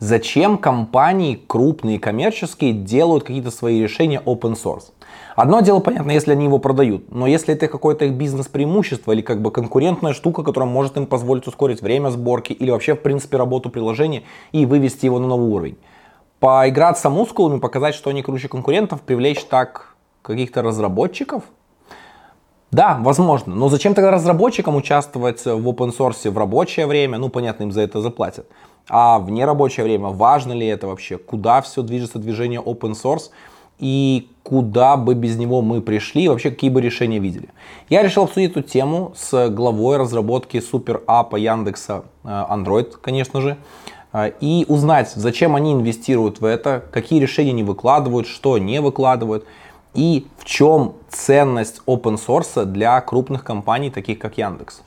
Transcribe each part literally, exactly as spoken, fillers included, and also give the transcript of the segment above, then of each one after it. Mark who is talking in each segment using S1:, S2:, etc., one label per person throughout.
S1: Зачем компании крупные коммерческие делают какие-то свои решения open source? Одно дело, понятно, если они его продают, но если это какое-то их бизнес-преимущество или как бы конкурентная штука, которая может им позволить ускорить время сборки или вообще в принципе работу приложения и вывести его на новый уровень. Поиграться мускулами, показать, что они круче конкурентов, привлечь так каких-то разработчиков? Да, возможно, но зачем тогда разработчикам участвовать в open source в рабочее время? Ну, понятно, им за это заплатят. А в нерабочее время, важно ли это вообще? Куда все движется движение open source? И куда бы без него мы пришли? Вообще, какие бы решения видели? Я решил обсудить эту тему с главой разработки супераппа Яндекса Android, конечно же. И узнать, зачем они инвестируют в это, какие решения они выкладывают, что не выкладывают. И в чем ценность open source для крупных компаний, таких как Яндекс.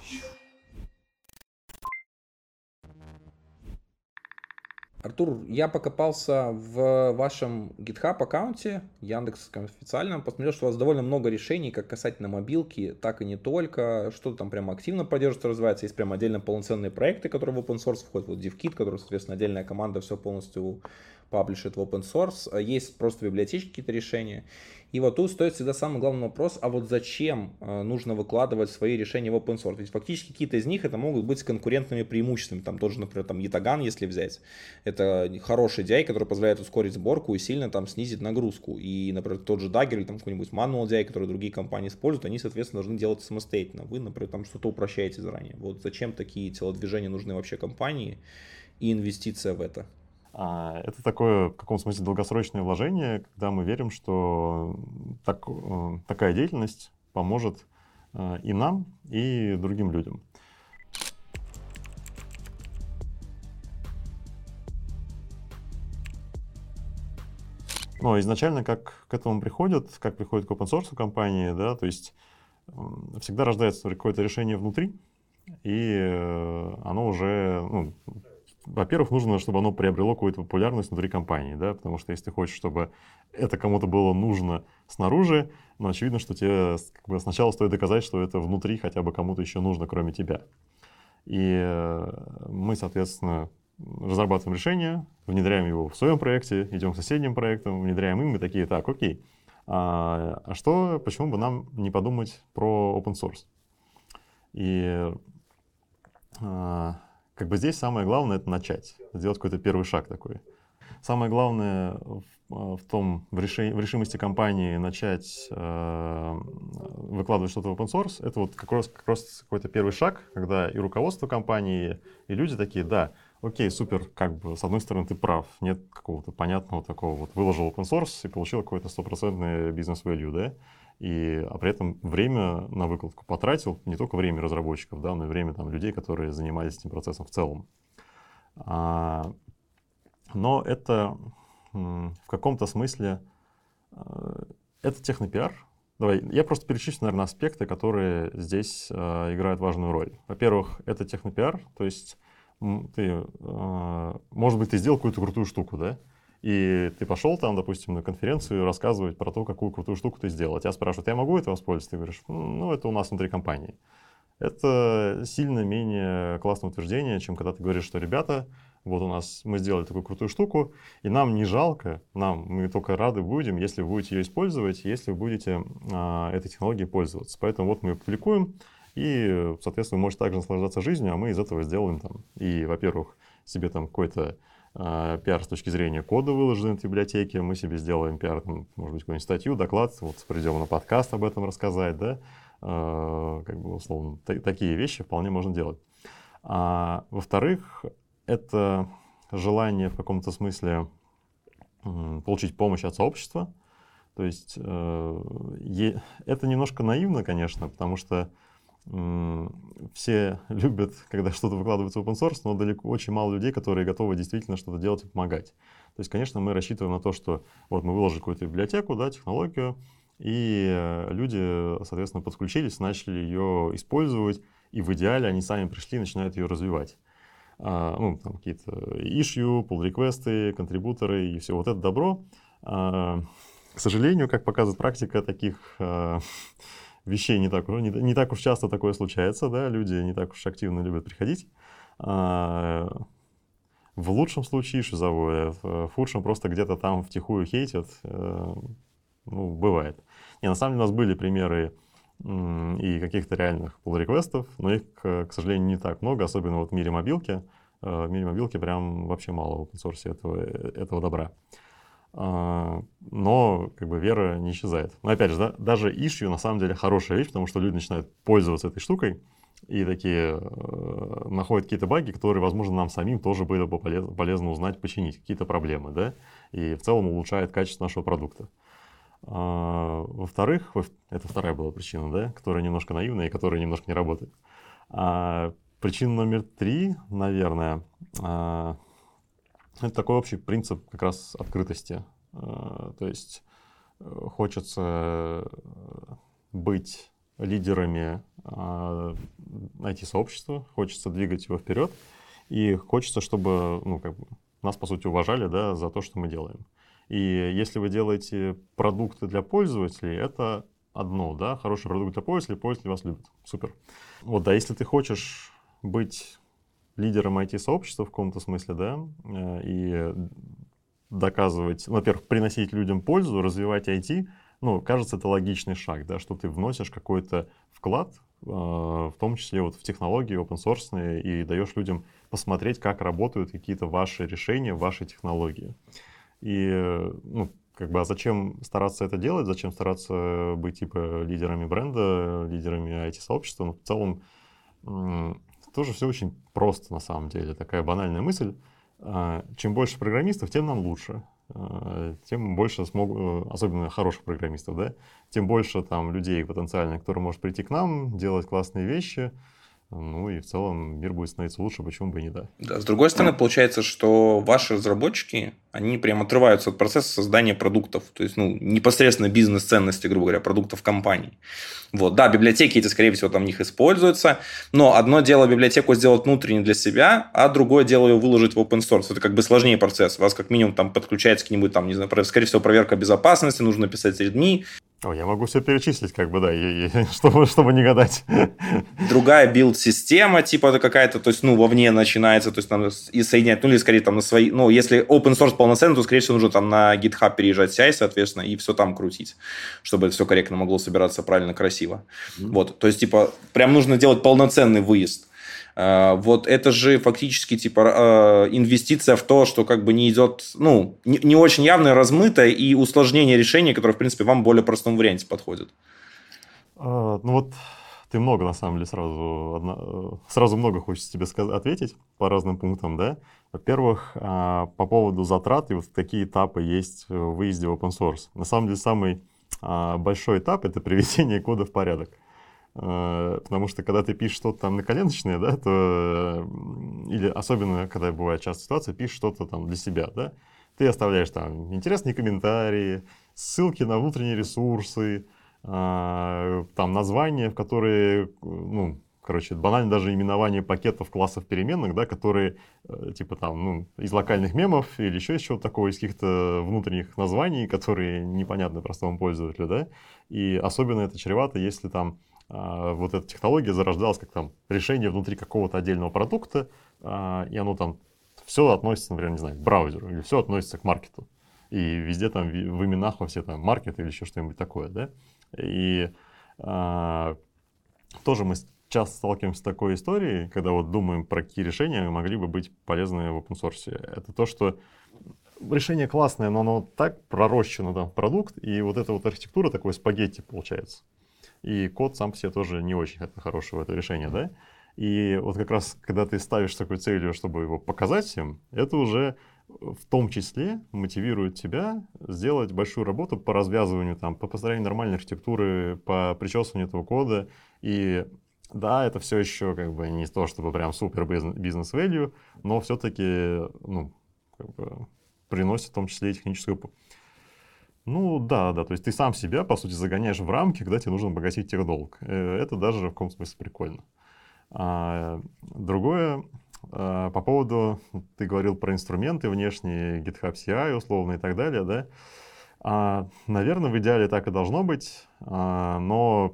S1: Артур, я покопался в вашем GitHub аккаунте, Яндексском официальном, посмотрел, что у вас довольно много решений, как касательно мобилки, так и не только. Что-то там прямо активно поддерживается, развивается. Есть прямо отдельно полноценные проекты, которые в open source входят. Вот DevKit, который, соответственно, отдельная команда все полностью паблишит в open source. Есть просто библиотечки какие-то решения. И вот тут стоит всегда самый главный вопрос, а вот зачем нужно выкладывать свои решения в open source? Ведь фактически какие-то из них это могут быть с конкурентными преимуществами. Там тоже, например, там Ятаган, если взять. Это хороший ди ай, который позволяет ускорить сборку и сильно там снизить нагрузку. И, например, тот же Dagger или там какой-нибудь Manual ди ай, который другие компании используют, они, соответственно, должны делать самостоятельно. Вы, например, там что-то упрощаете заранее. Вот зачем такие телодвижения нужны вообще компании и инвестиция в это?
S2: Это такое, в каком смысле, долгосрочное вложение, когда мы верим, что так, такая деятельность поможет и нам, и другим людям. Но изначально, как к этому приходят, как приходят к open source компании, да, то есть всегда рождается какое-то решение внутри, и оно уже, ну, во-первых, нужно, чтобы оно приобрело какую-то популярность внутри компании, да, потому что если ты хочешь, чтобы это кому-то было нужно снаружи, ну, очевидно, что тебе как бы сначала стоит доказать, что это внутри хотя бы кому-то еще нужно, кроме тебя. И мы, соответственно, разрабатываем решение, внедряем его в своем проекте, идем к соседним проектам, внедряем им, и такие, так, окей, а, а что, почему бы нам не подумать про open source? И а, как бы здесь самое главное — это начать, сделать какой-то первый шаг такой. Самое главное в, в том, в, реши, в решимости компании начать э, выкладывать что-то в open source, это вот как раз, как раз какой-то первый шаг, когда и руководство компании, и люди такие, да, окей, супер, как бы, с одной стороны, ты прав, нет какого-то понятного такого, вот выложил open source и получил какой-то стопроцентный бизнес-value, да, и, а при этом время на выкладку потратил, не только время разработчиков, да, но и время там, людей, которые занимались этим процессом в целом. А, но это в каком-то смысле, это технопиар. Давай, я просто перечислю, наверное, аспекты, которые здесь э, играют важную роль. Во-первых, это технопиар, то есть ты, э, может быть, ты сделал какую-то крутую штуку, да, и ты пошел там, допустим, на конференцию рассказывать про то, какую крутую штуку ты сделал. Тебя спрашивают, я могу это воспользоваться? Ты говоришь, ну, это у нас внутри компании. Это сильно менее классное утверждение, чем когда ты говоришь, что, ребята, вот у нас, мы сделали такую крутую штуку, и нам не жалко, нам, мы только рады будем, если вы будете ее использовать, если вы будете а, этой технологией пользоваться. Поэтому вот мы ее публикуем, и, соответственно, вы можете также наслаждаться жизнью, а мы из этого сделаем там, и, во-первых, себе там какой-то а, пиар с точки зрения кода выложенной в библиотеке, мы себе сделаем пиар, там, может быть, какую-нибудь статью, доклад, вот придем на подкаст об этом рассказать, да, а, как бы, условно, т- такие вещи вполне можно делать. А, во-вторых, это желание в каком-то смысле м, получить помощь от сообщества. То есть э, е- это немножко наивно, конечно, потому что м, все любят, когда что-то выкладывается в open source, но далеко очень мало людей, которые готовы действительно что-то делать и помогать. То есть, конечно, мы рассчитываем на то, что вот мы выложили какую-то библиотеку, да, технологию, и э, люди, соответственно, подключились, начали ее использовать, и в идеале они сами пришли и начинают ее развивать. Uh, ну, там какие-то issue, pull реквесты, контрибуторы и все вот это добро. Uh, к сожалению, как показывает практика, таких uh, вещей не так, не, не так уж часто такое случается, да, люди не так уж активно любят приходить. Uh, В лучшем случае шизовое, в худшем просто где-то там втихую хейтят. Ну, бывает. Не, на самом деле у нас были примеры и каких-то реальных pull-реквестов, но их, к сожалению, не так много, особенно вот в мире мобилки. В мире мобилки прям вообще мало в open-source этого, этого добра. Но как бы вера не исчезает. Но опять же, да, даже issue на самом деле хорошая вещь, потому что люди начинают пользоваться этой штукой и такие э, находят какие-то баги, которые, возможно, нам самим тоже было бы полезно, полезно узнать, починить какие-то проблемы, да, и в целом улучшает качество нашего продукта. А, во-вторых, это вторая была причина, да, которая немножко наивная и которая немножко не работает. А, причина номер три, наверное, а, это такой общий принцип как раз открытости. А, то есть хочется быть лидерами ай ти-сообщества, хочется двигать его вперед, и хочется, чтобы ну, как бы, нас, по сути, уважали, да, за то, что мы делаем. И если вы делаете продукты для пользователей, это одно, да, хороший продукт для пользователей, пользователи вас любят. Супер. Вот, да, если ты хочешь быть лидером ай ти-сообщества в каком-то смысле, да, и доказывать, во-первых, приносить людям пользу, развивать ай ти, ну, кажется, это логичный шаг, да, что ты вносишь какой-то вклад, э, в том числе вот в технологии open-source, и даешь людям посмотреть, как работают какие-то ваши решения, ваши технологии. И, ну, как бы, а зачем стараться это делать, зачем стараться быть, типа, лидерами бренда, лидерами ай ти-сообщества? Ну, в целом, м- тоже все очень просто, на самом деле, такая банальная мысль. А, чем больше программистов, тем нам лучше. Тем больше смогут, особенно хороших программистов, да, тем больше там людей потенциально, которые могут прийти к нам, делать классные вещи, ну и в целом мир будет становиться лучше, почему бы и не да.
S3: Да, с другой стороны, получается, что ваши разработчики, они прям отрываются от процесса создания продуктов, то есть, ну, непосредственно бизнес-ценности, грубо говоря, продуктов компаний. Вот, да, библиотеки эти, скорее всего, там в них используются, но одно дело библиотеку сделать внутренне для себя, а другое дело ее выложить в open source. Это как бы сложнее процесс. У вас как минимум там подключается к-нибудь, там, не знаю, скорее всего, проверка безопасности, нужно писать редми.
S2: О, я могу все перечислить, как бы, да, и, и, чтобы, чтобы не гадать.
S3: Другая билд-система, типа, это какая-то, то есть, ну, вовне начинается, то есть, там, и соединять, ну, или, скорее, там, на свои, ну, если open source полноценный, то, скорее всего, нужно там на GitHub переезжать си ай, соответственно, и все там крутить, чтобы это все корректно могло собираться правильно, красиво. Mm-hmm. Вот, то есть, типа, прям нужно делать полноценный выезд. Вот это же фактически типа инвестиция в то, что как бы не идет, ну, не, не очень явное, размытое и усложнение решения, которое, в принципе, вам в более простом варианте подходит.
S2: А, ну вот ты много, на самом деле, сразу, одна, сразу много хочется тебе сказать, ответить по разным пунктам, да. Во-первых, по поводу затрат, и вот какие этапы есть в выезде в open source. На самом деле, самый большой этап — это приведение кода в порядок. Потому что когда ты пишешь что-то там на коленочное, да, то, или особенно, когда бывает часто ситуация, пишешь что-то там для себя, да, ты оставляешь там интересные комментарии, ссылки на внутренние ресурсы, там названия, в которые, ну, короче, банально даже именование пакетов, классов, переменных, да, которые типа там, ну, из локальных мемов или еще из чего-то такого, из каких-то внутренних названий, которые непонятны простому пользователю, да, и особенно это чревато, если там вот эта технология зарождалась как там решение внутри какого-то отдельного продукта, и оно там все относится, например, не знаю, к браузеру, или все относится к маркету. И везде там в именах во все там маркеты или еще что-нибудь такое, да. И а, тоже мы часто сталкиваемся с такой историей, когда вот думаем про какие решения могли бы быть полезны в open source. Это то, что решение классное, но оно так пророщено там в продукт, и вот эта вот архитектура такой спагетти получается. И код сам по себе тоже не очень хороший в это решение, да? И вот как раз, когда ты ставишь такой целью, чтобы его показать всем, это уже в том числе мотивирует тебя сделать большую работу по развязыванию, там, по построению нормальной архитектуры, по причесыванию этого кода. И да, это все еще как бы не то, чтобы прям супер бизнес-value, но все-таки, ну, как бы приносит в том числе и техническую... Ну да, да, то есть ты сам себя, по сути, загоняешь в рамки, когда тебе нужно погасить техдолг. Это даже в каком смысле прикольно. А, другое, а, по поводу, ты говорил про инструменты внешние, GitHub си ай условно и так далее, да. А, наверное, в идеале так и должно быть, а, но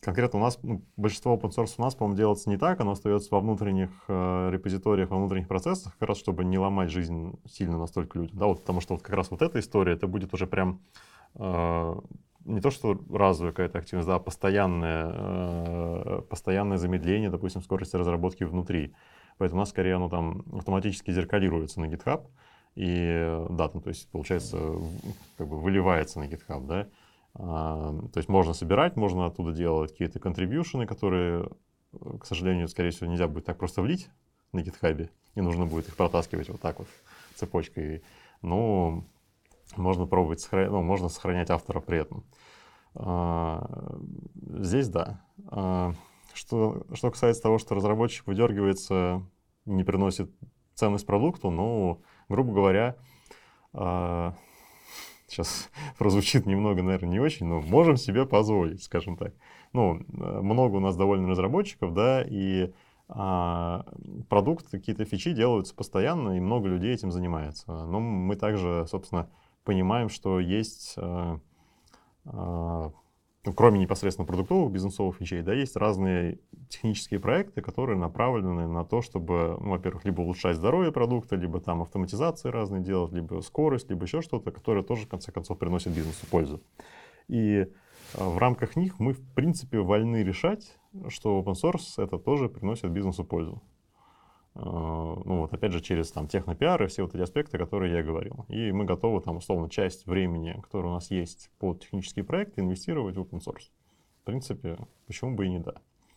S2: конкретно у нас, ну, большинство open source у нас, по-моему, делается не так, оно остается во внутренних э, репозиториях, во внутренних процессах, как раз чтобы не ломать жизнь сильно настолько людям. Да, вот, потому что вот как раз вот эта история, это будет уже прям э, не то, что разовая какая-то активность, да, а постоянное, э, постоянное замедление, допустим, скорости разработки внутри. Поэтому у нас скорее оно там автоматически зеркалируется на GitHub, и да, там, то есть, получается, как бы выливается на GitHub, да. Uh, то есть можно собирать, можно оттуда делать какие-то контрибьюшены, которые, к сожалению, скорее всего, нельзя будет так просто влить на GitHub, и нужно будет их протаскивать вот так вот цепочкой. Но можно пробовать, сохранять, ну, можно сохранять автора при этом. Uh, здесь да. Uh, что, что касается того, что разработчик выдергивается, не приносит ценность продукту, ну, грубо говоря, uh, сейчас прозвучит немного, наверное, не очень, но можем себе позволить, скажем так. Ну, много у нас довольно разработчиков, да, и а, продукт, какие-то фичи делаются постоянно, и много людей этим занимается. Но мы также, собственно, понимаем, что есть, а, а, ну, кроме непосредственно продуктовых бизнесовых фичей, да, есть разные технические проекты, которые направлены на то, чтобы, ну, во-первых, либо улучшать здоровье продукта, либо там автоматизации разные делать, либо скорость, либо еще что-то, которое тоже, в конце концов, приносит бизнесу пользу. И а, в рамках них мы, в принципе, вольны решать, что open source это тоже приносит бизнесу пользу. Ну вот, опять же, через там технопиар и все вот эти аспекты, которые я говорил. И мы готовы там, условно, часть времени, которое у нас есть под технический проект, инвестировать в open source. В принципе, почему бы и не да.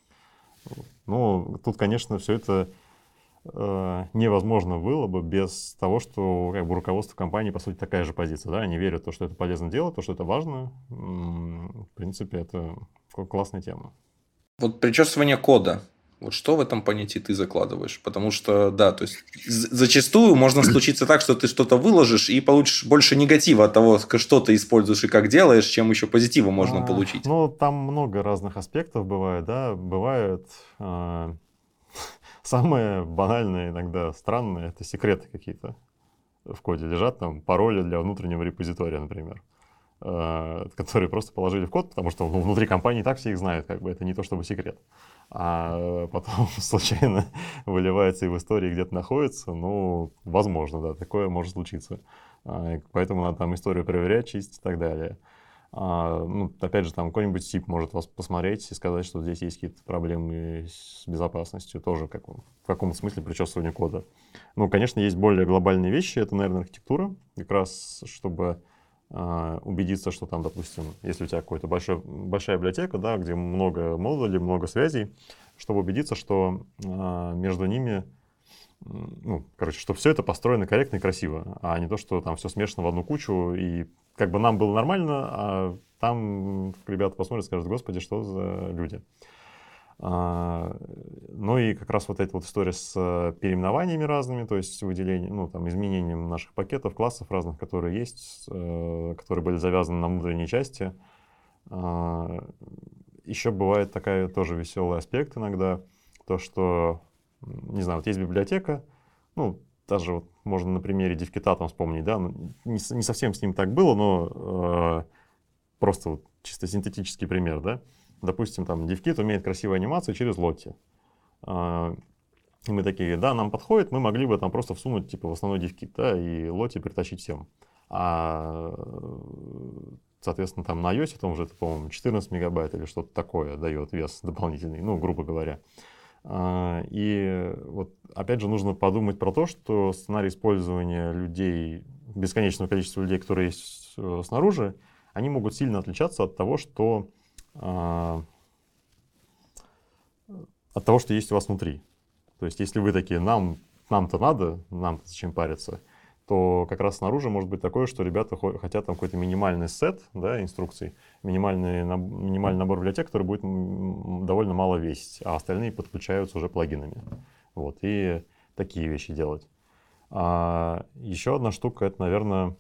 S2: Но тут, конечно, все это э, невозможно было бы без того, что как бы руководство компании, по сути, такая же позиция. Да? Они верят в то, что это полезно делать, то, что это важно. В принципе, это классная тема.
S3: Вот причесывание кода. Вот что в этом понятии ты закладываешь? Потому что, да, то есть зачастую можно случиться так, что ты что-то выложишь и получишь больше негатива от того, что ты используешь и как делаешь, чем еще позитива можно а, получить.
S2: Ну, там много разных аспектов бывает, да. Бывает э, самое банальное, иногда странное, это секреты какие-то в коде лежат, там пароли для внутреннего репозитория, например, э, которые просто положили в код, потому что, ну, внутри компании так все их знают, как бы это не то чтобы секрет. А потом случайно выливается и в истории где-то находится, ну, возможно, да, такое может случиться. А, поэтому надо там историю проверять, чистить и так далее. А, ну, опять же, там какой-нибудь сип может вас посмотреть и сказать, что здесь есть какие-то проблемы с безопасностью, тоже как, в каком-то смысле причесывания кода. Ну, конечно, есть более глобальные вещи, это, наверное, архитектура, как раз чтобы убедиться, что там, допустим, если у тебя какая-то большая, большая библиотека, да, где много модулей, много связей, чтобы убедиться, что э, между ними, ну, короче, чтобы все это построено корректно и красиво, а не то, что там все смешано в одну кучу, и как бы нам было нормально, а там ребята посмотрят и скажут: господи, что за люди. А, ну и как раз вот эта вот история с переименованиями разными, то есть выделением, ну, там, изменением наших пакетов, классов разных, которые есть, э, которые были завязаны на внутренней части. А, еще бывает такая тоже веселый аспект иногда, то, что, не знаю, вот есть библиотека, ну, даже вот можно на примере DivKit там вспомнить, да, не, не совсем с ним так было, но э, просто вот чисто синтетический пример, да. Допустим, там DivKit умеет красивую анимацию через Lottie. И мы такие: да, нам подходит, мы могли бы там просто всунуть типа в основной DivKit, да, и Lottie притащить всем. А, соответственно, там на iOS, там уже, это, по-моему, четырнадцать мегабайт или что-то такое дает вес дополнительный, ну, грубо говоря. И вот, опять же, нужно подумать про то, что сценарий использования людей, бесконечного количества людей, которые есть снаружи, они могут сильно отличаться от того, что от того, что есть у вас внутри. То есть, если вы такие: нам, нам-то надо, нам-то зачем париться, то как раз снаружи может быть такое, что ребята хотят там какой-то минимальный сет, да, инструкций, минимальный, минимальный набор библиотек, который будет довольно мало весить, а остальные подключаются уже плагинами. Вот, и такие вещи делать. А еще одна штука — это, наверное,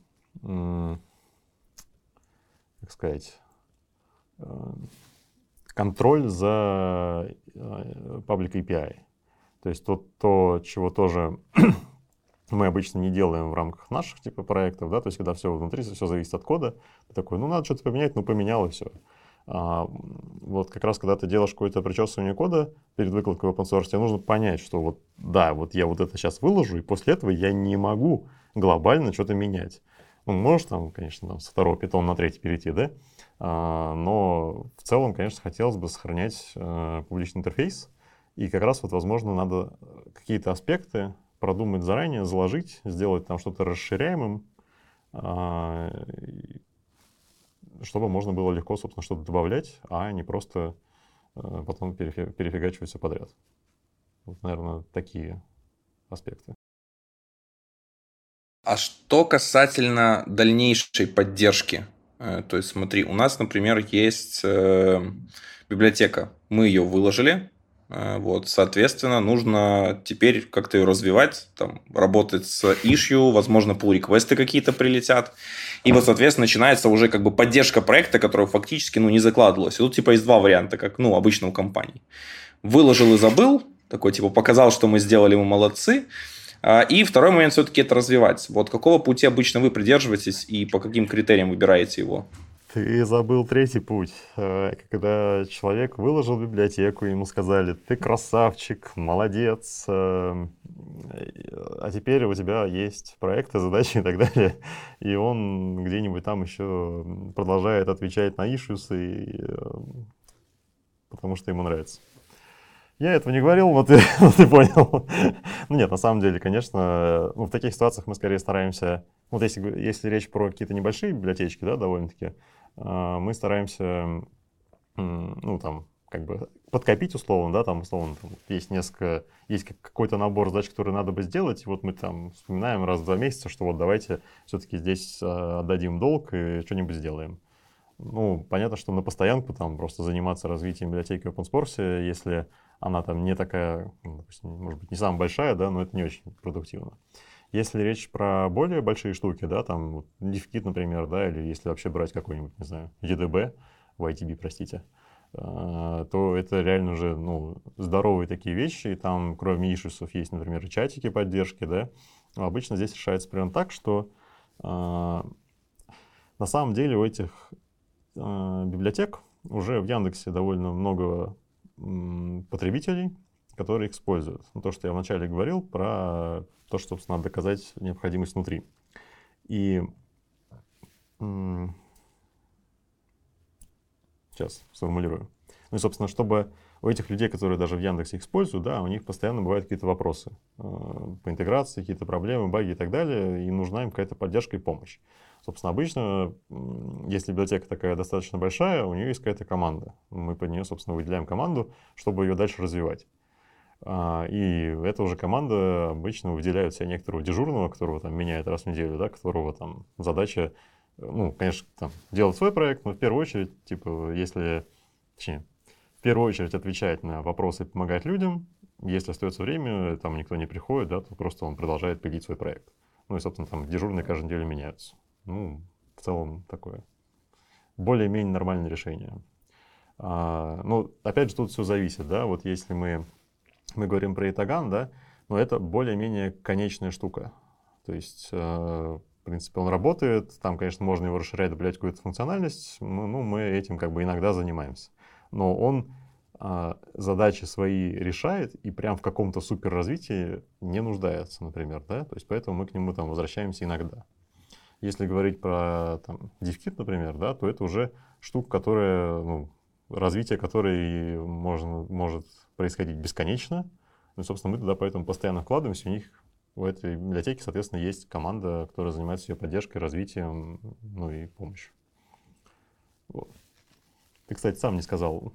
S2: как сказать, контроль за Public эй пи ай. То есть то, то чего тоже мы обычно не делаем в рамках наших типа проектов, да, то есть когда все внутри, все зависит от кода, ты такой: ну, надо что-то поменять, ну, поменял и все. А, вот как раз, когда ты делаешь какое-то причесывание кода перед выкладкой в open source, тебе нужно понять, что вот, да, вот я вот это сейчас выложу, и после этого я не могу глобально что-то менять. Ну, можешь там, конечно, там, со второго питона на третий перейти, да? А, но в целом, конечно, хотелось бы сохранять а, публичный интерфейс. И как раз вот, возможно, надо какие-то аспекты продумать заранее, заложить, сделать там что-то расширяемым, а, чтобы можно было легко, собственно, что-то добавлять, а не просто а, потом перефи- перефигачивать все подряд. Вот, наверное, такие аспекты.
S3: А что касательно дальнейшей поддержки? Э, То есть, смотри, у нас, например, есть э, библиотека. Мы ее выложили. Э, Вот, соответственно, нужно теперь как-то ее развивать, там, работать с issue, возможно, pull-реквесты какие-то прилетят. И вот, соответственно, начинается уже как бы поддержка проекта, которая фактически ну, не закладывалась. И тут типа есть два варианта, как ну, обычно у компаний. Выложил и забыл, такой типа показал, что мы сделали, мы молодцы. А, И второй момент все-таки это развивать. Вот какого пути обычно вы придерживаетесь и по каким критериям выбираете его?
S2: Ты забыл третий путь. Э, Когда человек выложил библиотеку, ему сказали, ты красавчик, молодец, э, а теперь у тебя есть проекты, задачи и так далее. И он где-нибудь там еще продолжает отвечать на issues, и, э, потому что ему нравится. Я этого не говорил, но ты, но ты понял. Ну нет, на самом деле, конечно, ну, в таких ситуациях мы скорее стараемся, вот если, г- если речь про какие-то небольшие библиотечки, да, довольно-таки, а, мы стараемся, м, ну, там, как бы подкопить условно, да, там, условно, там, есть несколько, есть как- какой-то набор задач, которые надо бы сделать, и вот мы там вспоминаем раз в два месяца, что вот давайте все-таки здесь а, отдадим долг и что-нибудь сделаем. Ну, понятно, что на постоянку там просто заниматься развитием библиотеки в open source, если она там не такая, ну, допустим, может быть, не самая большая, да, но это не очень продуктивно. Если речь про более большие штуки, да, там вот DivKit, например, да, или если вообще брать какой-нибудь, не знаю, и ди би, вай ти би, простите, а, то это реально уже, ну, здоровые такие вещи, и там кроме ишусов есть, например, и чатики поддержки, да. Но обычно здесь решается примерно так, что а, на самом деле у этих а, библиотек уже в Яндексе довольно много м, потребителей, которые их используют. Ну, то, что я вначале говорил про то, что, собственно, надо доказать необходимость внутри. И м, сейчас сформулирую. Ну и, собственно, чтобы у этих людей, которые даже в Яндексе их используют, да, у них постоянно бывают какие-то вопросы э, по интеграции, какие-то проблемы, баги и так далее, и нужна им какая-то поддержка и помощь. Собственно, обычно, м, если библиотека такая достаточно большая, у нее есть какая-то команда. Мы под нее, собственно, выделяем команду, чтобы ее дальше развивать. А, И эта уже команда обычно выделяет себе некоторого дежурного, которого там меняет раз в неделю, да, которого там задача, э, ну, конечно, там, делать свой проект, но в первую очередь, типа, если, точнее, в первую очередь отвечать на вопросы и помогать людям. Если остается время, там никто не приходит, да, то просто он продолжает пилить свой проект. Ну и, собственно, там дежурные каждую неделю меняются. Ну, в целом такое более-менее нормальное решение. А, ну, опять же, тут все зависит, да, вот если мы мы говорим про Итаган, да, но это более-менее конечная штука. То есть, э, в принципе, он работает, там, конечно, можно его расширять, добавлять какую-то функциональность, ну, ну, мы этим как бы иногда занимаемся. Но он э, задачи свои решает и прям в каком-то суперразвитии не нуждается, например, да, то есть поэтому мы к нему там возвращаемся иногда. Если говорить про там, DivKit, например, да, то это уже штука, которая, ну, развитие которой можно, может происходить бесконечно. Ну, и, собственно, мы туда поэтому постоянно вкладываемся. У них в этой библиотеке, соответственно, есть команда, которая занимается ее поддержкой, развитием, ну и помощью. Вот. Ты, кстати, сам не сказал,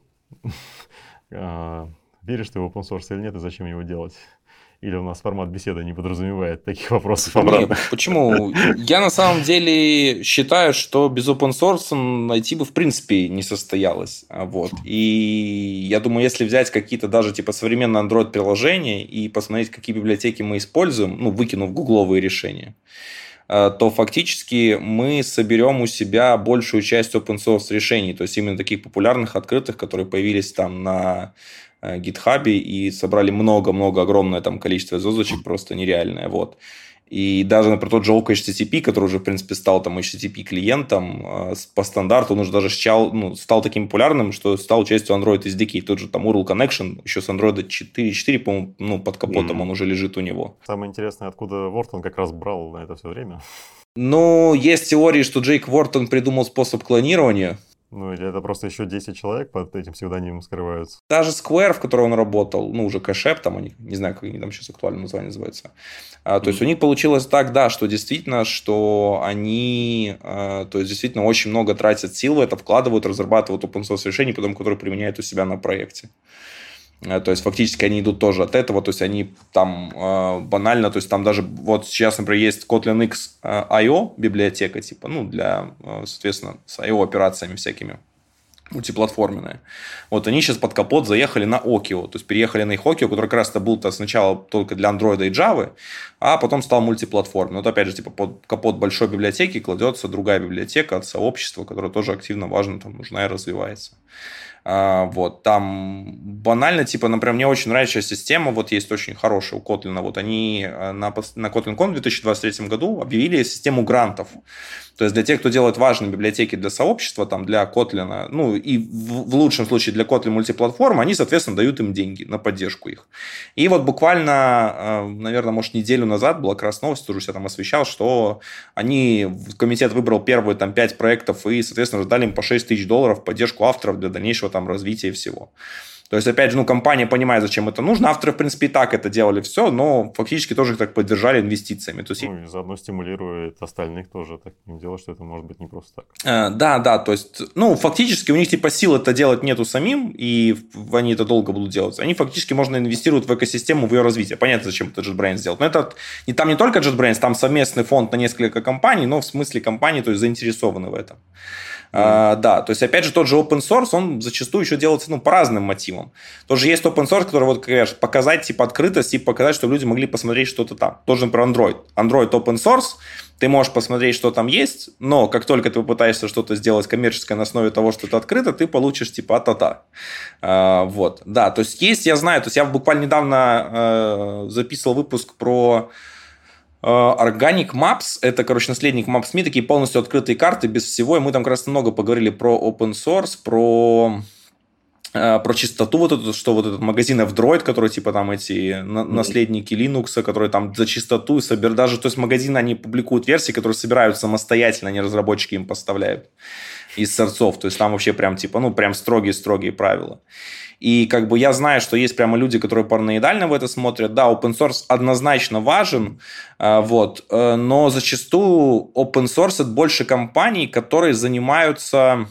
S2: веришь ты в open source или нет, и зачем его делать? Или у нас формат беседы не подразумевает таких вопросов обратно?
S3: Нет, почему? Я на самом деле считаю, что без open source найти бы в принципе не состоялось. А Вот. И я думаю, если взять какие-то даже типа современные Android-приложения и посмотреть, какие библиотеки мы используем, ну, выкинув гугловые решения, э, то фактически мы соберем у себя большую часть open source решений, то есть именно таких популярных, открытых, которые появились там на GitHub и собрали много-много, огромное там количество звездочек, просто нереальное. Вот. И даже, например, тот же Oka эйч ти ти пи, который уже, в принципе, стал там эйч ти ти пи клиентом по стандарту, он уже даже стал, ну, стал таким популярным, что стал частью Android эс ди кей. Тот же там U R L Connection, еще с Android четыре точка четыре, по-моему, ну, под капотом mm-hmm. он уже лежит у него.
S2: Самое интересное, откуда Wharton как раз брал на это все время.
S3: Ну, есть теории, что Джейк Wharton придумал способ клонирования.
S2: Ну, или это просто еще десять человек под этим псевдонимом скрываются.
S3: Даже Square, в котором он работал, ну, уже Кэшэп, там, они, не знаю, как они там сейчас актуальное название называется. А, то mm-hmm. есть, у них получилось так, да, что действительно, что они, а, то есть, действительно, очень много тратят сил в это, вкладывают, разрабатывают open-source решения, потом, которые применяют у себя на проекте. То есть, фактически, они идут тоже от этого, то есть, они там э, банально, то есть, там даже, вот сейчас, например, есть Kotlin X ай о библиотека, типа, ну, для, соответственно, с ай о операциями всякими, мультиплатформенная. Вот они сейчас под капот заехали на Okio, то есть, переехали на их Okio, который как раз-то был -то сначала только для Android и Java, а потом стал мультиплатформенным. Вот, опять же, типа, под капот большой библиотеки кладется другая библиотека от сообщества, которая тоже активно важна, там, нужна и развивается. А, вот, там банально, типа, например, мне очень нравится система, вот есть очень хорошая у Kotlin, вот они на, на KotlinConf в две тысячи двадцать третьем году объявили систему грантов. То есть, для тех, кто делает важные библиотеки для сообщества, там, для Kotlin, ну, и в, в лучшем случае для Kotlin мультиплатформы, они, соответственно, дают им деньги на поддержку их. И вот буквально, наверное, может, неделю назад была как раз новость, тоже я там освещал, что они, комитет выбрал первые там пять проектов и, соответственно, дали им по шесть тысяч долларов поддержку авторов для дальнейшего там развития всего. То есть, опять же, ну, компания понимает, зачем это нужно. Авторы, в принципе, и так это делали все, но фактически тоже их так поддержали инвестициями. То есть...
S2: Ну, и заодно стимулирует остальных тоже таким делать, что это может быть не просто так.
S3: А, да, да, то есть, ну, фактически у них типа сил это делать нету самим, и они это долго будут делать. Они фактически, можно инвестируют в экосистему, в ее развитие. Понятно, зачем это JetBrains сделать. Но это не, там не только JetBrains, там совместный фонд на несколько компаний, но в смысле компании, то есть, заинтересованы в этом. Mm. А, да, то есть, опять же, тот же open source, он зачастую еще делается, ну, по разным мотивам. Тоже есть open source, который, вот, конечно, показать, типа, открытость и показать, чтобы люди могли посмотреть что-то там. Тоже, например, Android. Android open source, ты можешь посмотреть, что там есть, но как только ты попытаешься что-то сделать коммерческое на основе того, что это открыто, ты получишь, типа, а-та-та. А, вот, да, то есть, есть, я знаю, то есть, я буквально недавно э, записывал выпуск про... Organic Maps, это, короче, наследник Maps.me, такие полностью открытые карты, без всего, и мы там как раз много поговорили про open source, про, про чистоту, вот эту, что вот этот магазин F-Droid, который, типа, там эти наследники Linux, которые там за чистоту собирают, даже, то есть, магазины, они публикуют версии, которые собирают самостоятельно, не разработчики им поставляют из сорцов, то есть, там вообще прям, типа, ну, прям строгие-строгие правила. И как бы я знаю, что есть прямо люди, которые параноидально в это смотрят. Да, open source однозначно важен, вот, но зачастую open source это больше компаний, которые занимаются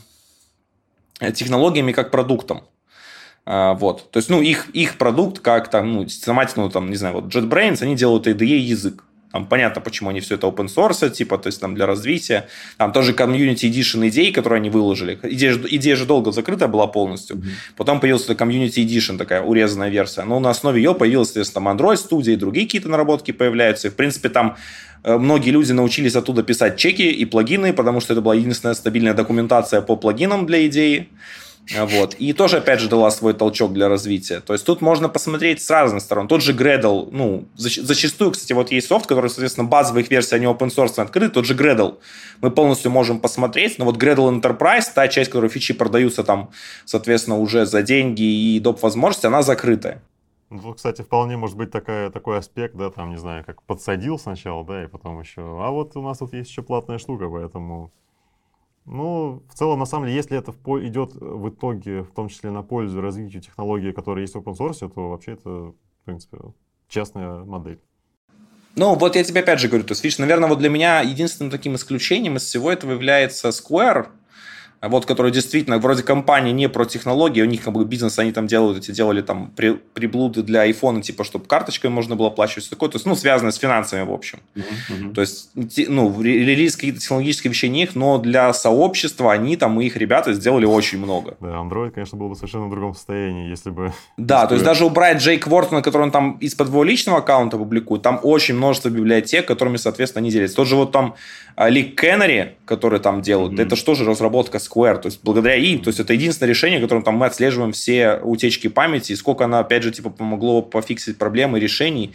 S3: технологиями как продуктом. Вот. То есть, ну, их, их продукт, как там, ну, ну, там, не знаю, вот JetBrains, они делают ай ди и язык. Там понятно, почему они все это open source, типа, то есть там для развития. Там тоже community edition идей, которые они выложили. Идея, идея же долго закрыта была полностью. Mm-hmm. Потом появилась community edition, такая урезанная версия. Но на основе ее появилась, соответственно, там Android студия и другие какие-то наработки появляются. И, в принципе, там многие люди научились оттуда писать чеки и плагины, потому что это была единственная стабильная документация по плагинам для идеи. Вот. И тоже, опять же, дала свой толчок для развития. То есть, тут можно посмотреть с разных сторон. Тот же Gradle, ну, зачастую, кстати, вот есть софт, который, соответственно, базовые их версии, они open source открыты. Тот же Gradle мы полностью можем посмотреть. Но вот Gradle Enterprise, та часть, которой фичи продаются там, соответственно, уже за деньги и доп. Возможности, она закрытая.
S2: Ну, кстати, вполне может быть такая, такой аспект, да, там, не знаю, как подсадил сначала, да, и потом еще, а вот у нас тут есть еще платная штука, поэтому... Ну, в целом, на самом деле, если это идет в итоге, в том числе на пользу развитию технологий, которые есть в open source, то вообще это, в принципе, частная модель.
S3: Ну, вот я тебе опять же говорю, то есть, видишь, наверное, вот для меня единственным таким исключением из всего этого является Square, вот, который действительно, вроде компания не про технологии, у них как бы бизнес, они там делают, эти делали там при, приблуды для айфона, типа, чтобы карточкой можно было оплачивать, все такое, то есть, ну, связанное с финансами, в общем. Mm-hmm. То есть, ну, релиз каких-то технологических вещей не их, но для сообщества они там, и их ребята сделали очень много.
S2: Да, Android, конечно, был бы совершенно в другом состоянии, если бы...
S3: Да, то есть, даже убрать Джейк Вортона, который он там из-под его личного аккаунта публикует, там очень множество библиотек, которыми, соответственно, они делятся. Тот же вот там Leak Canary, который там делают, mm-hmm. это что же разработка Square, то есть благодаря ей, то есть это единственное решение, которым там мы отслеживаем все утечки памяти, и сколько она, опять же, типа помогло пофиксить проблемы решений.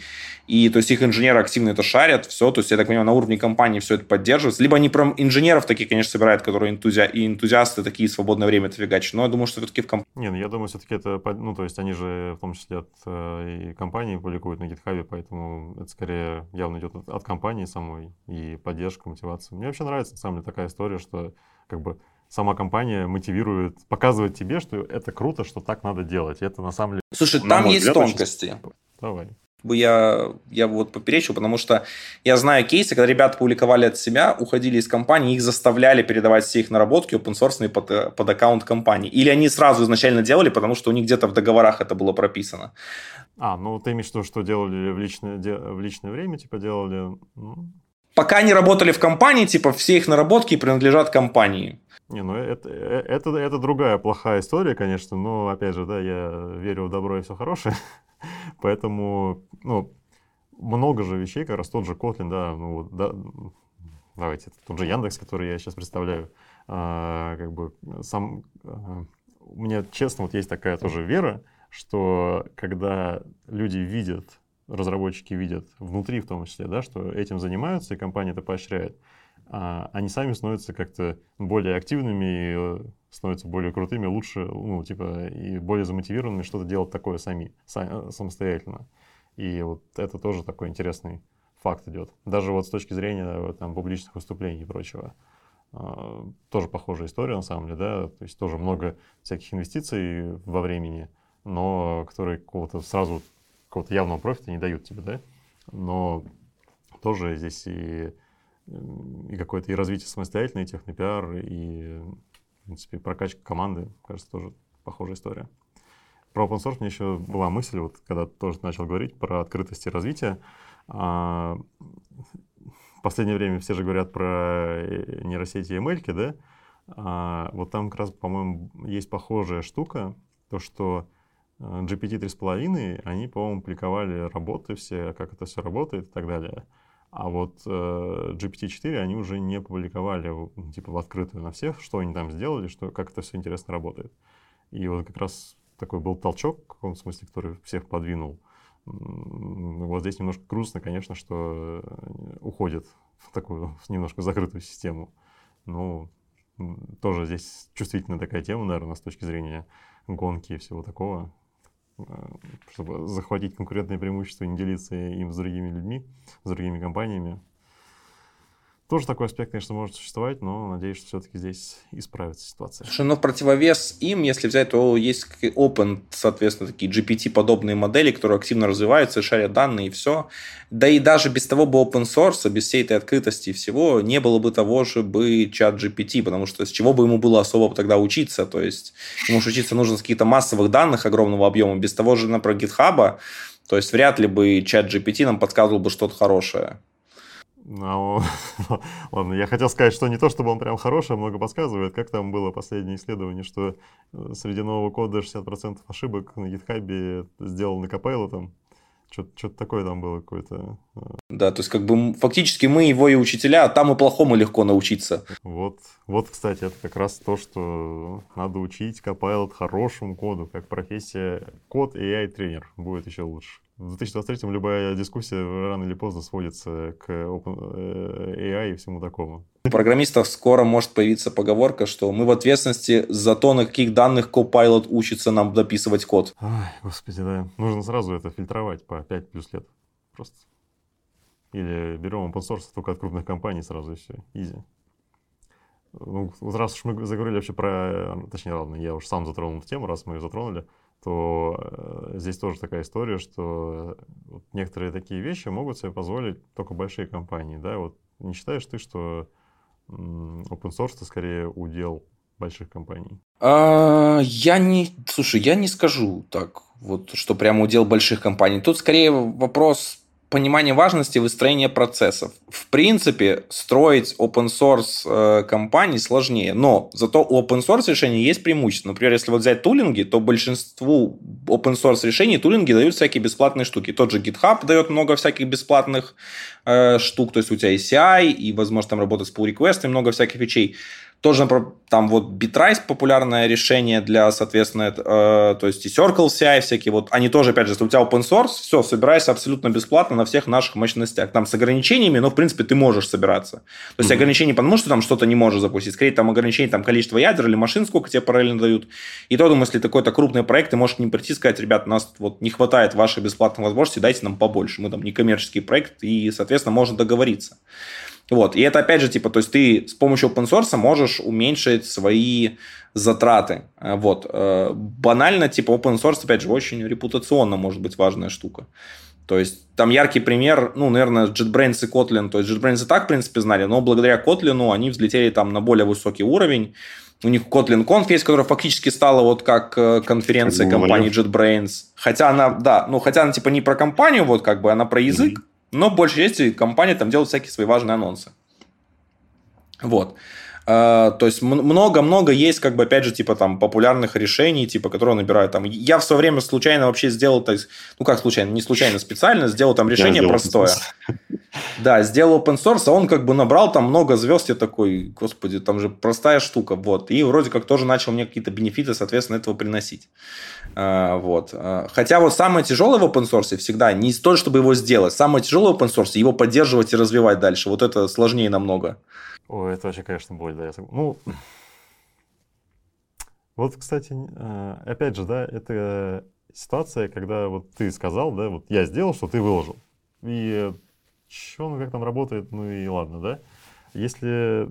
S3: и то есть их инженеры активно это шарят, все, то есть я так понимаю, на уровне компании все это поддерживается. Либо они прям инженеров таких, конечно, собирают, которые энтузиа... и энтузиасты такие в свободное время это фигачат, но я думаю, что все-таки в компании...
S2: Не, ну я думаю, все-таки это, ну то есть они же в том числе от э, и компании публикуют на GitHub, поэтому это скорее явно идет от, от компании самой и поддержка, мотивация. Мне вообще нравится, на самом деле, такая история, что как бы сама компания мотивирует, показывает тебе, что это круто, что так надо делать. И это на самом деле...
S3: Слушай, там есть взгляд, тонкости.
S2: Очень... Давай.
S3: Я, я вот поперечил, потому что я знаю кейсы, когда ребята публиковали от себя, уходили из компании, их заставляли передавать все их наработки open-source под, под аккаунт компании. Или они сразу изначально делали, потому что у них где-то в договорах это было прописано.
S2: А, ну ты имеешь в виду, что делали в личное, в личное время, типа делали...
S3: Пока они работали в компании, типа все их наработки принадлежат компании.
S2: Не, ну это, это, это другая плохая история, конечно, но, опять же, да, я верю в добро и все хорошее, поэтому, ну, много же вещей, как раз тот же Kotlin, да, ну, да, давайте, тот же Яндекс, который я сейчас представляю, а, как бы сам, а, у меня, честно, вот есть такая тоже вера, что когда люди видят, разработчики видят внутри в том числе, да, что этим занимаются, и компания это поощряет, а они сами становятся как-то более активными, становятся более крутыми, лучше, ну, типа, и более замотивированными что-то делать такое сами, сам, самостоятельно. И вот это тоже такой интересный факт идет. Даже вот с точки зрения там, публичных выступлений и прочего. А, тоже похожая история, на самом деле, да, то есть тоже много всяких инвестиций во времени, но которые какого-то сразу, какого-то явного профита не дают тебе, да, но тоже здесь и и какое-то и развитие самостоятельное, и технопиар, и, в принципе, прокачка команды, кажется, тоже похожая история. Про open source мне еще была мысль, вот когда тоже начал говорить про открытость и развитие. А, в последнее время все же говорят про нейросети и эм эл-ки, да? А, вот там как раз, по-моему, есть похожая штука, то, что джи пи ти три с половиной, они, по-моему, публиковали работы все, как это все работает и так далее. А вот э, джи пи ти четыре они уже не публиковали типа в открытую на всех, что они там сделали, что, как это все интересно работает. И вот как раз такой был толчок, в каком смысле, который всех подвинул. Вот здесь немножко грустно, конечно, что уходит в такую в немножко закрытую систему. Но тоже здесь чувствительная такая тема, наверное, с точки зрения гонки и всего такого. Чтобы захватить конкурентные преимущества и не делиться им с другими людьми, с другими компаниями. Тоже такой аспект, конечно, может существовать, но надеюсь, что все-таки здесь исправится ситуация.
S3: Слушай, ну в противовес им, если взять, то есть open, соответственно, такие джи пи ти-подобные модели, которые активно развиваются, шарят данные и все. Да и даже без того бы open source, без всей этой открытости и всего, не было бы того же бы чат джи пи ти, потому что с чего бы ему было особо тогда учиться, то есть ему же учиться нужно с каких-то массовых данных огромного объема, без того же, например, GitHub, то есть вряд ли бы чат джи пи ти нам подсказывал бы что-то хорошее.
S2: Ну, ладно, я хотел сказать, что не то, чтобы он прям хороший, а много подсказывает. Как там было последнее исследование, что среди нового кода шестьдесят процентов ошибок на GitHub сделаны Copilot. Что-то такое там было какое-то.
S3: Да, то есть как бы фактически мы его и учителя, а там и плохому легко научиться.
S2: Вот, вот, кстати, это как раз то, что надо учить Copilot хорошему коду, как профессия код и эй ай-тренер будет еще лучше. В две тысячи двадцать третьем любая дискуссия рано или поздно сводится к эй ай и всему такому.
S3: У программистов скоро может появиться поговорка, что мы в ответственности за то, на каких данных Copilot учится нам дописывать код.
S2: Ой, господи, да. Нужно сразу это фильтровать по пять плюс лет. Просто. Или берем open source только от крупных компаний сразу и все. Изи. Ну, раз уж мы заговорили вообще про... Точнее, ладно, я уж сам затронул эту тему, раз мы ее затронули, то э, здесь тоже такая история, что вот некоторые такие вещи могут себе позволить только большие компании, да, вот не считаешь ты, что м, open source это скорее удел больших компаний?
S3: А, я не, слушай, я не скажу так, вот, что прямо удел больших компаний. Тут скорее вопрос понимания важности выстроения процессов. В принципе, строить open source э, компании сложнее, но зато у open source решений есть преимущество. Например, если вот взять тулинги, то большинству open source решений тулинги дают всякие бесплатные штуки. Тот же GitHub дает много всяких бесплатных э, штук, то есть у тебя и си ай, и возможно там работать с pull request, и много всяких вещей. тоже там вот Bitrise популярное решение для, соответственно, э, то есть и Circle си ай всякие, вот они тоже, опять же, если у тебя open source, все, собирайся абсолютно бесплатно на всех наших мощностях. Там с ограничениями, но, в принципе, ты можешь собираться. То есть mm-hmm. ограничения потому, что там что-то не можешь запустить. Скорее, там ограничение, там количество ядер или машин, сколько тебе параллельно дают. И то, думаю, если какой-то крупный проект, ты можешь к ним прийти и сказать, ребят, у нас вот не хватает вашей бесплатной возможности, дайте нам побольше. Мы там не коммерческий проект, и, соответственно, можно договориться. Вот. И это, опять же, типа, то есть ты с помощью open source можешь уменьшить свои затраты. Вот. Банально, типа, open source, опять же, очень репутационно может быть важная штука. То есть там яркий пример, ну, наверное, JetBrains и Kotlin. То есть JetBrains и так, в принципе, знали, но благодаря Kotlin они взлетели там на более высокий уровень. У них Kotlin Conf есть, которая фактически стала вот как конференция как компании JetBrains. Хотя она, да, ну, хотя она типа не про компанию, вот как бы, она про язык. Mm-hmm. Но в большей части компания там делает всякие свои важные анонсы. Вот. Uh, то есть много-много есть, как бы, опять же, типа там популярных решений, типа, которые набирают там. Я в свое время случайно вообще сделал, то есть, ну как случайно, не случайно, специально сделал там решение сделал простое. Да, сделал open source, а он как бы набрал там много звезд, я такой, господи, там же простая штука, вот. И вроде как тоже начал мне какие-то бенефиты, соответственно, этого приносить. Uh, вот. Uh, хотя вот самое тяжелое в open source всегда не то, чтобы его сделать, самое тяжелое в open source его поддерживать и развивать дальше. Вот это сложнее намного.
S2: Ой, это вообще, конечно, боль, да. Я сог... Ну, вот, кстати, опять же, да, это ситуация, когда вот ты сказал, да, вот я сделал, что ты выложил. И что, ну, как там работает, ну и ладно, да. Если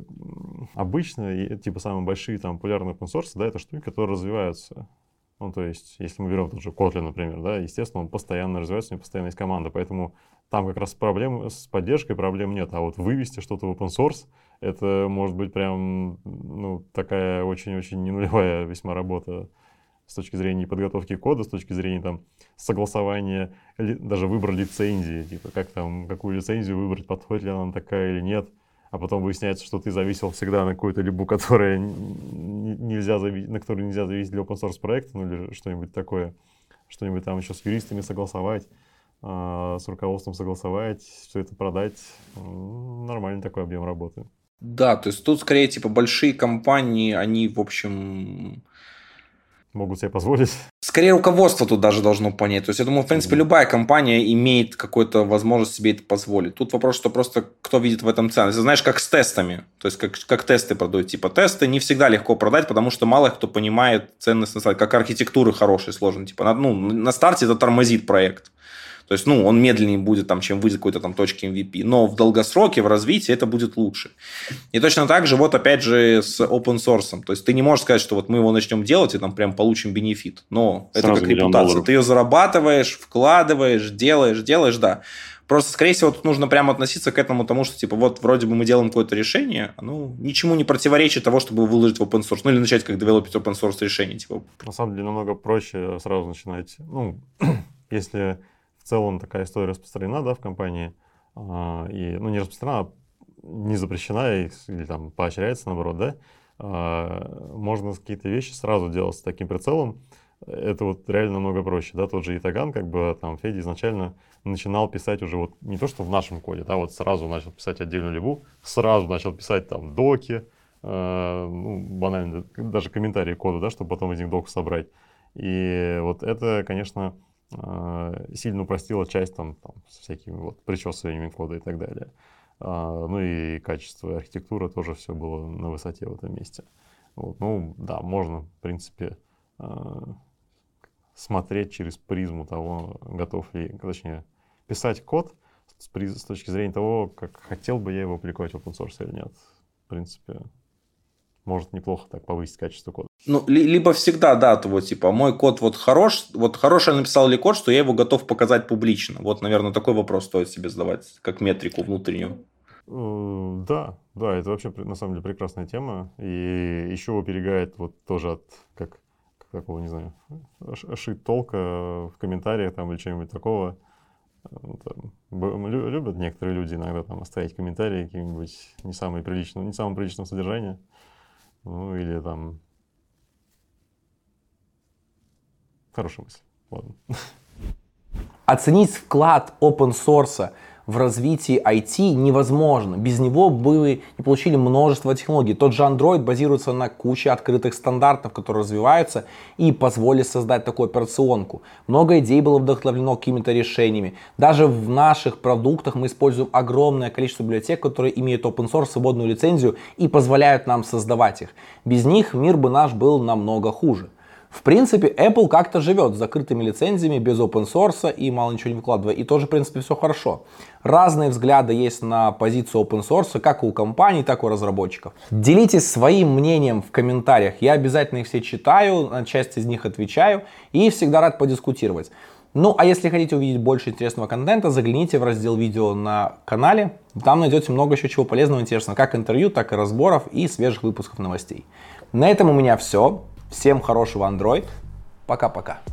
S2: обычно, типа, самые большие, там, популярные open source, да, это штуки, которые развиваются. Ну, то есть, если мы берем тот же Kotlin, например, да, естественно, он постоянно развивается, у него постоянно есть команда, поэтому там как раз проблем с поддержкой проблем нет, а вот вывести что-то в open source, это может быть прям, ну, такая очень-очень ненулевая весьма работа с точки зрения подготовки кода, с точки зрения там согласования, даже выбора лицензии, типа как там, какую лицензию выбрать, подходит ли она такая или нет. А потом выясняется, что ты зависел всегда на какую-то либу, которая нельзя зави... на которую нельзя зависеть для open source проекта, ну или что-нибудь такое, что-нибудь там еще с юристами согласовать, э, с руководством согласовать, все это продать. Нормальный такой объем работы.
S3: Да, то есть тут скорее типа большие компании, они в общем...
S2: Могут себе позволить.
S3: Скорее руководство тут даже должно понять. То есть я думаю, в принципе, любая компания имеет какую-то возможность себе это позволить. Тут вопрос, что просто кто видит в этом ценность. Знаешь, как с тестами. То есть как, как тесты продают. Типа тесты не всегда легко продать, потому что мало кто понимает ценность на старте. Как архитектуры хорошие, сложные. Типа на, ну, на старте это тормозит проект. То есть, ну, он медленнее будет, там, чем выйдет какой-то там точки эм ви пи. Но в долгосроке, в развитии это будет лучше. И точно так же, вот опять же, с open source. То есть, ты не можешь сказать, что вот мы его начнем делать и там прям получим бенефит. Но сразу это как репутация. Долларов. Ты ее зарабатываешь, вкладываешь, делаешь, делаешь, да. Просто, скорее всего, тут нужно прямо относиться к этому, тому что, типа, вот вроде бы мы делаем какое-то решение, оно ничему не противоречит того, чтобы выложить в open source. Ну, или начать как девелопить open source решение. Типа.
S2: На самом деле, намного проще сразу начинать. Ну, если... В целом такая история распространена, да, в компании, а, и, ну, не распространена, а не запрещена или там поощряется, наоборот, да, а, можно какие-то вещи сразу делать с таким прицелом, это вот реально намного проще, да, тот же Итаган, как бы там Федя изначально начинал писать уже вот не то, что в нашем коде, да, вот сразу начал писать отдельную либу, сразу начал писать там доки, а, ну, банально, даже комментарии к коду, да, чтобы потом из них доку собрать, и вот это, конечно, сильно упростила часть там, там с всякими вот причесываниями кода и так далее. А, ну и качество, и архитектура тоже все было на высоте в этом месте. Вот, ну да, можно, в принципе, а, смотреть через призму того, готов ли, точнее, писать код с, приз, с точки зрения того, как хотел бы я его публиковать в open source или нет. В принципе, может неплохо так повысить качество кода.
S3: Ну, ли, либо всегда, да, то вот, типа, мой код вот хорош, вот хороший я написал ли код, что я его готов показать публично. Вот, наверное, такой вопрос стоит себе задавать, как метрику внутреннюю.
S2: Uh, да, да, это вообще, на самом деле, прекрасная тема. И еще уберегает вот тоже от, как, как такого, не знаю, шит-толка в комментариях там или чего-нибудь такого. Там, любят некоторые люди иногда там оставить комментарии какие-нибудь не самые приличные, не самого приличного содержания. Ну, или там... Хорошая мысль. Ладно.
S1: Оценить вклад open source в развитии ай ти невозможно. Без него бы вы не получили множество технологий. Тот же Android базируется на куче открытых стандартов, которые развиваются и позволят создать такую операционку. Много идей было вдохновлено какими-то решениями. Даже в наших продуктах мы используем огромное количество библиотек, которые имеют open source, свободную лицензию и позволяют нам создавать их. Без них мир бы наш был намного хуже. В принципе, Apple как-то живет с закрытыми лицензиями, без open source и мало ничего не выкладывая. И тоже, в принципе, все хорошо. Разные взгляды есть на позицию open source, как у компаний, так и у разработчиков. Делитесь своим мнением в комментариях. Я обязательно их все читаю, на часть из них отвечаю и всегда рад подискутировать. Ну, а если хотите увидеть больше интересного контента, загляните в раздел видео на канале. Там найдете много еще чего полезного и интересного, как интервью, так и разборов и свежих выпусков новостей. На этом у меня все. Всем хорошего Android. Пока-пока.